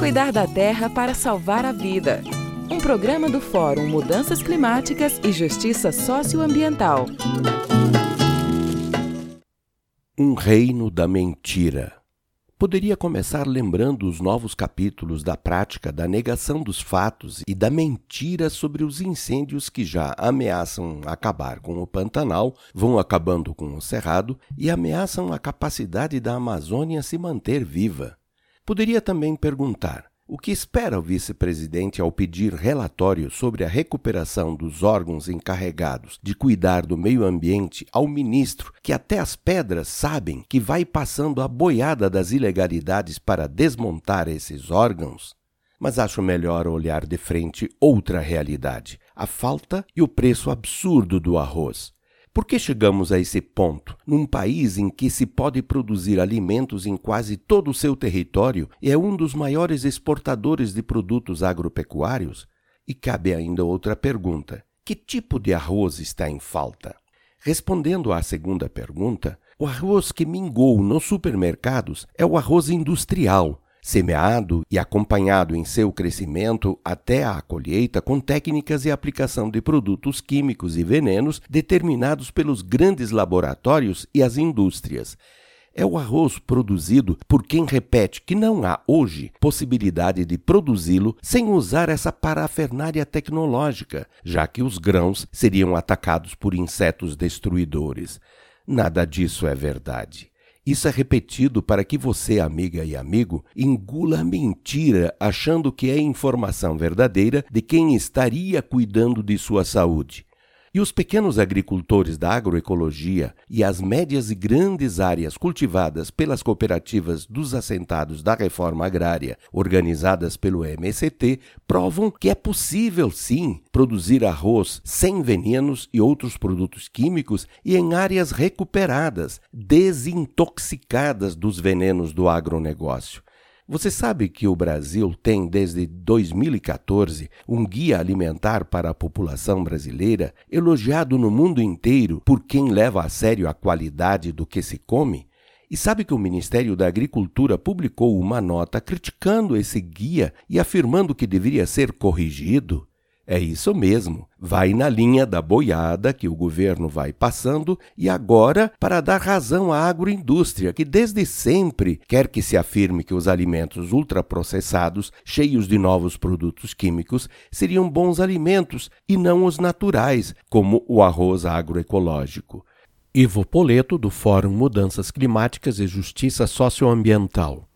Cuidar da terra para salvar a vida. Um programa do Fórum Mudanças Climáticas e Justiça Socioambiental. Um reino da mentira. Poderia começar lembrando os novos capítulos da prática da negação dos fatos e da mentira sobre os incêndios que já ameaçam acabar com o Pantanal, vão acabando com o Cerrado e ameaçam a capacidade da Amazônia se manter viva. Poderia também perguntar: o que espera o vice-presidente ao pedir relatório sobre a recuperação dos órgãos encarregados de cuidar do meio ambiente ao ministro, que até as pedras sabem que vai passando a boiada das ilegalidades para desmontar esses órgãos? Mas acho melhor olhar de frente outra realidade: a falta e o preço absurdo do arroz. Por que chegamos a esse ponto, num país em que se pode produzir alimentos em quase todo o seu território e é um dos maiores exportadores de produtos agropecuários? E cabe ainda outra pergunta: que tipo de arroz está em falta? Respondendo à segunda pergunta, o arroz que mingou nos supermercados é o arroz industrial, semeado e acompanhado em seu crescimento até a colheita com técnicas e aplicação de produtos químicos e venenos determinados pelos grandes laboratórios e as indústrias. É o arroz produzido por quem repete que não há hoje possibilidade de produzi-lo sem usar essa parafernália tecnológica, já que os grãos seriam atacados por insetos destruidores. Nada disso é verdade. Isso é repetido para que você, amiga e amigo, engula a mentira achando que é informação verdadeira de quem estaria cuidando de sua saúde. E os pequenos agricultores da agroecologia e as médias e grandes áreas cultivadas pelas cooperativas dos assentados da reforma agrária, organizadas pelo MST, provam que é possível, sim, produzir arroz sem venenos e outros produtos químicos e em áreas recuperadas, desintoxicadas dos venenos do agronegócio. Você sabe que o Brasil tem, desde 2014, um guia alimentar para a população brasileira, elogiado no mundo inteiro por quem leva a sério a qualidade do que se come? E sabe que o Ministério da Agricultura publicou uma nota criticando esse guia e afirmando que deveria ser corrigido? É isso mesmo, vai na linha da boiada que o governo vai passando e agora para dar razão à agroindústria, que desde sempre quer que se afirme que os alimentos ultraprocessados, cheios de novos produtos químicos, seriam bons alimentos e não os naturais, como o arroz agroecológico. Ivo Poleto, do Fórum Mudanças Climáticas e Justiça Socioambiental.